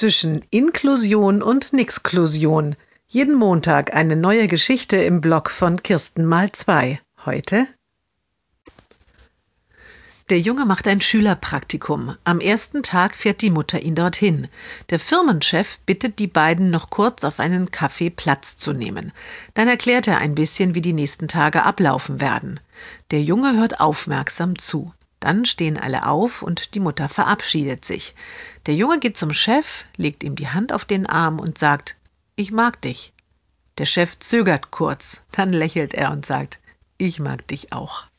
zwischen Inklusion und Nixklusion. Jeden Montag eine neue Geschichte im Blog von Kirsten mal 2. Heute: Der Junge macht ein Schülerpraktikum. Am ersten Tag fährt die Mutter ihn dorthin. Der Firmenchef bittet die beiden, noch kurz auf einen Kaffee Platz zu nehmen. Dann erklärt er ein bisschen, wie die nächsten Tage ablaufen werden. Der Junge hört aufmerksam zu. Dann stehen alle auf und die Mutter verabschiedet sich. Der Junge geht zum Chef, legt ihm die Hand auf den Arm und sagt: Ich mag dich. Der Chef zögert kurz, dann lächelt er und sagt: Ich mag dich auch.